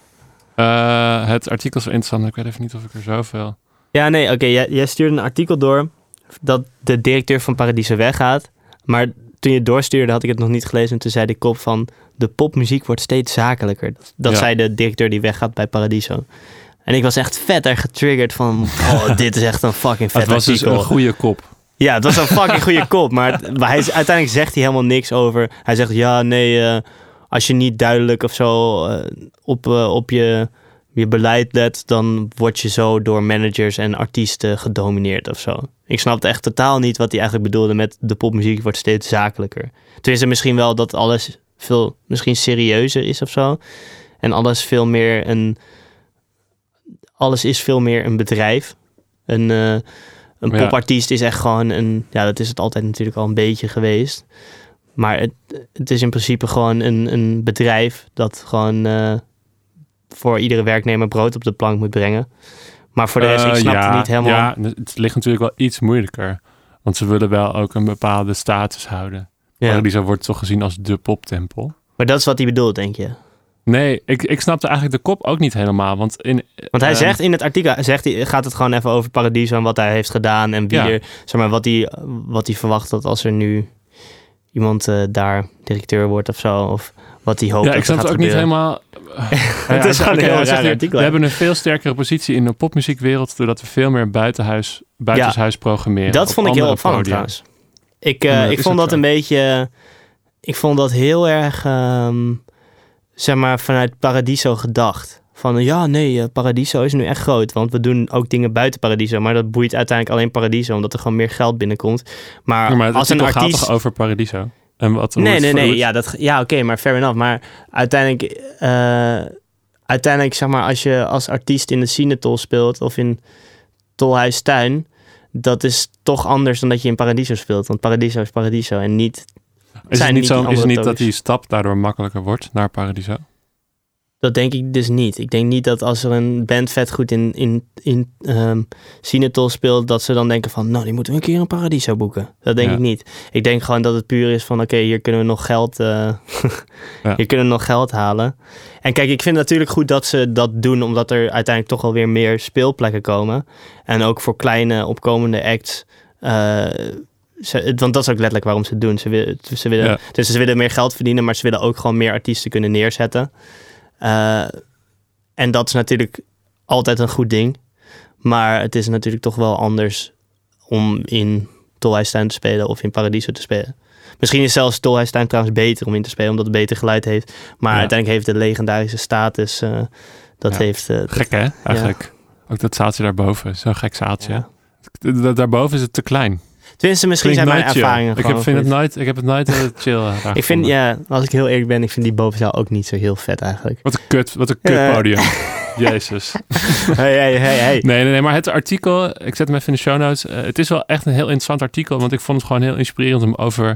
Uh, het artikel is wel interessant, maar ik weet even niet of ik er zoveel... Ja, nee, oké. jij, jij stuurde een artikel door dat de directeur van Paradiso weggaat. Maar toen je het doorstuurde had ik het nog niet gelezen. En toen zei de kop van, de popmuziek wordt steeds zakelijker. Dat Ja. zei de directeur die weggaat bij Paradiso. En ik was echt vet erg getriggerd van, oh, dit is echt een fucking vet Het was dus artikel. een goede kop. Ja, het was een fucking goede kop. Maar, het- maar hij, is- uiteindelijk zegt hij helemaal niks over. Hij zegt, ja, nee, eh, als je niet duidelijk of zo eh, op, eh, op je, je beleid let, dan word je zo door managers en artiesten gedomineerd of zo. Ik snapte echt totaal niet wat hij eigenlijk bedoelde met de popmuziek wordt steeds zakelijker. Tenminste, misschien wel dat alles veel misschien serieuzer is of zo. En alles veel meer een... Alles is veel meer een bedrijf. Een... eh, Een Ja. popartiest is echt gewoon een... Ja, dat is het altijd natuurlijk al een beetje geweest. Maar het, het is in principe gewoon een, een bedrijf dat gewoon uh, voor iedere werknemer brood op de plank moet brengen. Maar voor de rest, ik Uh, snap ja, het niet helemaal. Ja, het ligt natuurlijk wel iets moeilijker. Want ze willen wel ook een bepaalde status houden. Ja. Paradiso wordt toch gezien als de poptempel. Maar dat is wat hij bedoelt, denk je? Nee, ik, ik snapte eigenlijk de kop ook niet helemaal. Want, in, Want hij uh, zegt in het artikel, zegt hij, gaat het gewoon even over Paradiso en wat hij heeft gedaan. En wie Ja. er, zeg maar, wat hij, wat hij verwacht dat als er nu iemand uh, daar directeur wordt of zo. Of wat hij hoopt Ja, dat ik snap er het gaat ook niet gebeuren. helemaal... Het is gewoon een heel raar artikel. We hebben een veel sterkere positie in de popmuziekwereld... doordat we veel meer buitenhuis, buitenshuis programmeren. Dat op vond ik heel andere opvallend podia. trouwens. Ik, uh, Ja, dat ik is vond ook dat zo. een beetje... Ik vond dat heel erg... Um, zeg maar vanuit Paradiso gedacht. Van ja, nee, uh, Paradiso is nu echt groot. Want we doen ook dingen buiten Paradiso. Maar dat boeit uiteindelijk alleen Paradiso. Omdat er gewoon meer geld binnenkomt. Maar, Ja, maar als een artiest... artiest... gaat toch over Paradiso? En wat, hoe Nee, het- nee, hoe nee. het- Ja, dat, ja oké, okay, maar fair enough. Maar uiteindelijk... Uh, uiteindelijk, zeg maar, als je als artiest in de Cinetol speelt... of in Tolhuis Tuin... dat is toch anders dan dat je in Paradiso speelt. Want Paradiso is Paradiso en niet... Is zijn het niet, niet zo, die is het andere niet dat tones. die stap daardoor makkelijker wordt naar Paradiso? Dat denk ik dus niet. Ik denk niet dat als er een band vet goed in, in, in um, Cinetol speelt... dat ze dan denken van, nou, die moeten we een keer een Paradiso boeken. Dat denk Ja. ik niet. Ik denk gewoon dat het puur is van, oké, okay, hier kunnen we nog geld... Uh, Ja. Hier kunnen we nog geld halen. En kijk, ik vind het natuurlijk goed dat ze dat doen... omdat er uiteindelijk toch wel weer meer speelplekken komen. En ook voor kleine opkomende acts... Uh, Ze, want dat is ook letterlijk waarom ze het doen. Ze willen, ze willen, Ja. Dus ze willen meer geld verdienen, maar ze willen ook gewoon meer artiesten kunnen neerzetten. Uh, en dat is natuurlijk altijd een goed ding. Maar het is natuurlijk toch wel anders om in Tolhuis Tuin te spelen of in Paradiso te spelen. Misschien is zelfs Tolhuis Tuin trouwens beter om in te spelen, omdat het beter geluid heeft. Maar Ja. uiteindelijk heeft de legendarische status, uh, dat Ja. heeft... Uh, Gek hè, eigenlijk. Ook dat zaaltje daarboven, zo'n gek zaaltje. Ja. Da- Daarboven is het te klein. Tenminste, misschien Klinkt zijn mijn nooit chill. ervaringen Ik gewoon heb, vind het goed. nooit, ik heb het nooit uh, chill. uh, daar Ik vind, gevonden. ja, als ik heel eerlijk ben, ik vind die bovenzaal ook niet zo heel vet eigenlijk. Wat een kut, wat een kut Ja. podium. Jezus. Hey, hey, hey, hey. Nee, nee, nee, maar het artikel, ik zet hem even in de show notes. Uh, het is wel echt een heel interessant artikel, want ik vond het gewoon heel inspirerend om over,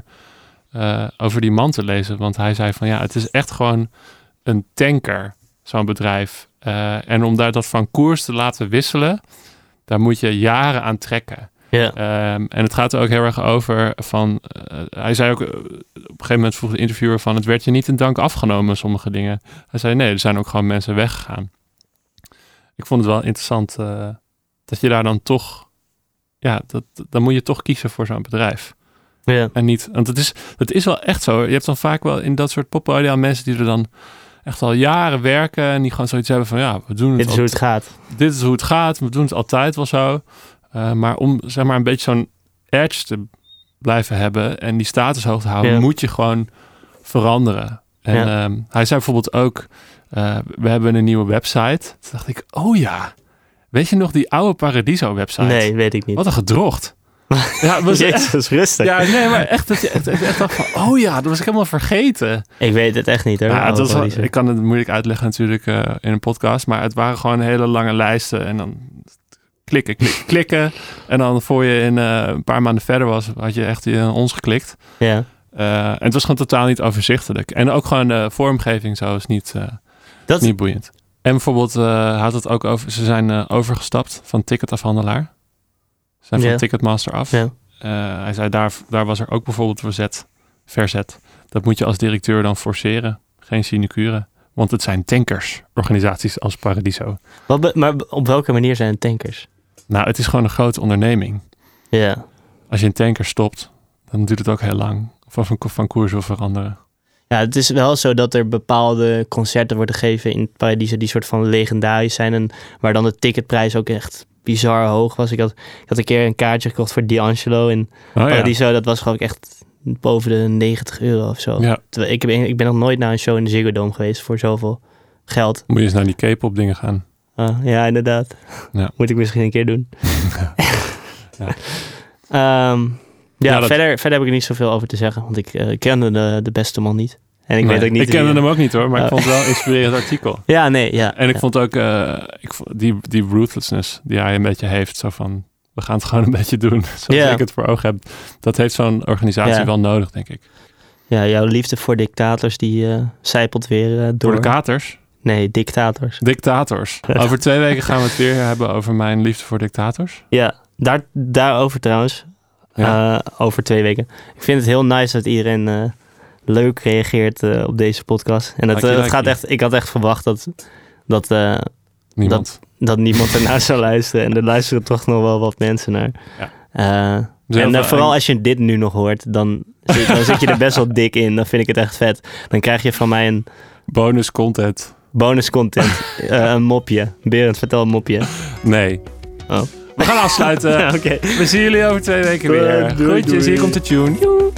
uh, over die man te lezen. Want hij zei van ja, het is echt gewoon een tanker, zo'n bedrijf. Uh, en om daar dat van koers te laten wisselen, daar moet je jaren aan trekken. Ja. Um, en het gaat er ook heel erg over van... Uh, hij zei ook... Uh, op een gegeven moment vroeg de interviewer van... het werd je niet in dank afgenomen, sommige dingen. Hij zei nee, er zijn ook gewoon mensen weggegaan. Ik vond het wel interessant... Uh, dat je daar dan toch... Ja, dat, dan moet je toch kiezen voor zo'n bedrijf. Ja. En niet... Want het is, het is wel echt zo. Je hebt dan vaak wel in dat soort poppodia mensen die er dan... echt al jaren werken... en die gewoon zoiets hebben van... ja, we doen het Dit is al, hoe het gaat. Dit is hoe het gaat. We doen het altijd wel zo... Uh, maar om zeg maar een beetje zo'n edge te blijven hebben en die status hoog te houden, Ja. moet je gewoon veranderen. En Ja. um, hij zei bijvoorbeeld ook, uh, we hebben een nieuwe website. Toen dacht ik, oh ja, weet je nog die oude Paradiso website? Nee, weet ik niet. Wat een gedrocht. Ja, was echt, Jezus, rustig. ja, nee, maar echt dat je echt, echt, echt dacht van, oh ja, dat was ik helemaal vergeten. Ik weet het echt niet hoor. Ja, het was wel- Paradiso. ik kan het moeilijk uitleggen natuurlijk uh, in een podcast, maar het waren gewoon hele lange lijsten en dan klikken, klikken, klikken. En dan voor je in uh, een paar maanden verder was, had je echt in ons geklikt. Ja. Uh, en het was gewoon totaal niet overzichtelijk. En ook gewoon de vormgeving zo is niet, uh, Dat, niet boeiend. En bijvoorbeeld uh, had het ook over, ze zijn uh, overgestapt van ticketafhandelaar. Ze zijn van Ja. Ticketmaster af. Ja. Uh, hij zei, daar, daar was er ook bijvoorbeeld verzet, verzet. Dat moet je als directeur dan forceren. Geen sinecure. Want het zijn tankers, organisaties als Paradiso. Wat be- maar op welke manier zijn het tankers? Nou, het is gewoon een grote onderneming. Ja. Als je een tanker stopt, dan duurt het ook heel lang. Of van, van koers wil veranderen. Ja, het is wel zo dat er bepaalde concerten worden gegeven in Paradiso die soort van legendarisch zijn. En waar dan de ticketprijs ook echt bizar hoog was. Ik had, ik had een keer een kaartje gekocht voor D'Angelo in Oh, Paradiso. Dat was gewoon echt boven de negentig euro of zo. Ja. Terwijl ik, ben, ik ben nog nooit naar een show in de Ziggo Dome geweest voor zoveel geld. Moet je eens naar die K-pop dingen gaan. Uh, ja, inderdaad. Ja. Moet ik misschien een keer doen. Ja. Ehm, ja, Ja, dat- verder, verder heb ik er niet zoveel over te zeggen. Want ik uh, kende de, de beste man niet. En ik Nee, weet ook niet... ik kende wie- hem ook niet hoor, maar ik Uh. vond het wel een inspirerend artikel. Ja, nee, ja. En ik ja. vond ook uh, ik vond die, die ruthlessness die hij een beetje heeft. Zo van, we gaan het gewoon een beetje doen. Zoals Ja. ik het voor ogen heb. Dat heeft zo'n organisatie Ja. wel nodig, denk ik. Ja, jouw liefde voor dictators, die uh, zijpelt weer uh, door. Door de katers. Nee, dictators. Dictators. Over twee weken gaan we het weer hebben over mijn liefde voor dictators. Ja, daar, daarover trouwens. Ja. Uh, over twee weken. Ik vind het heel nice dat iedereen uh, leuk reageert uh, op deze podcast. En het, uh, het gaat echt, ik had echt verwacht dat, dat, uh, Niemand. dat, dat niemand ernaar zou luisteren. En er luisteren toch nog wel wat mensen naar. Ja. Uh, en uh, vooral als je dit nu nog hoort, dan, zit, dan zit je er best wel dik in. Dan vind ik het echt vet. Dan krijg je van mij een... Bonus content. Bonus content. uh, een mopje. Berend, vertel een mopje. Nee. Oh. We gaan afsluiten. Ja, okay. We zien jullie over twee weken weer. Groetjes, hier komt de tune. Joe.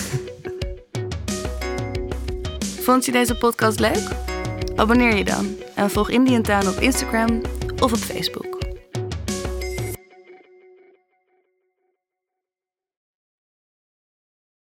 Vond je deze podcast leuk? Abonneer je dan en volg Indian Town op Instagram of op Facebook.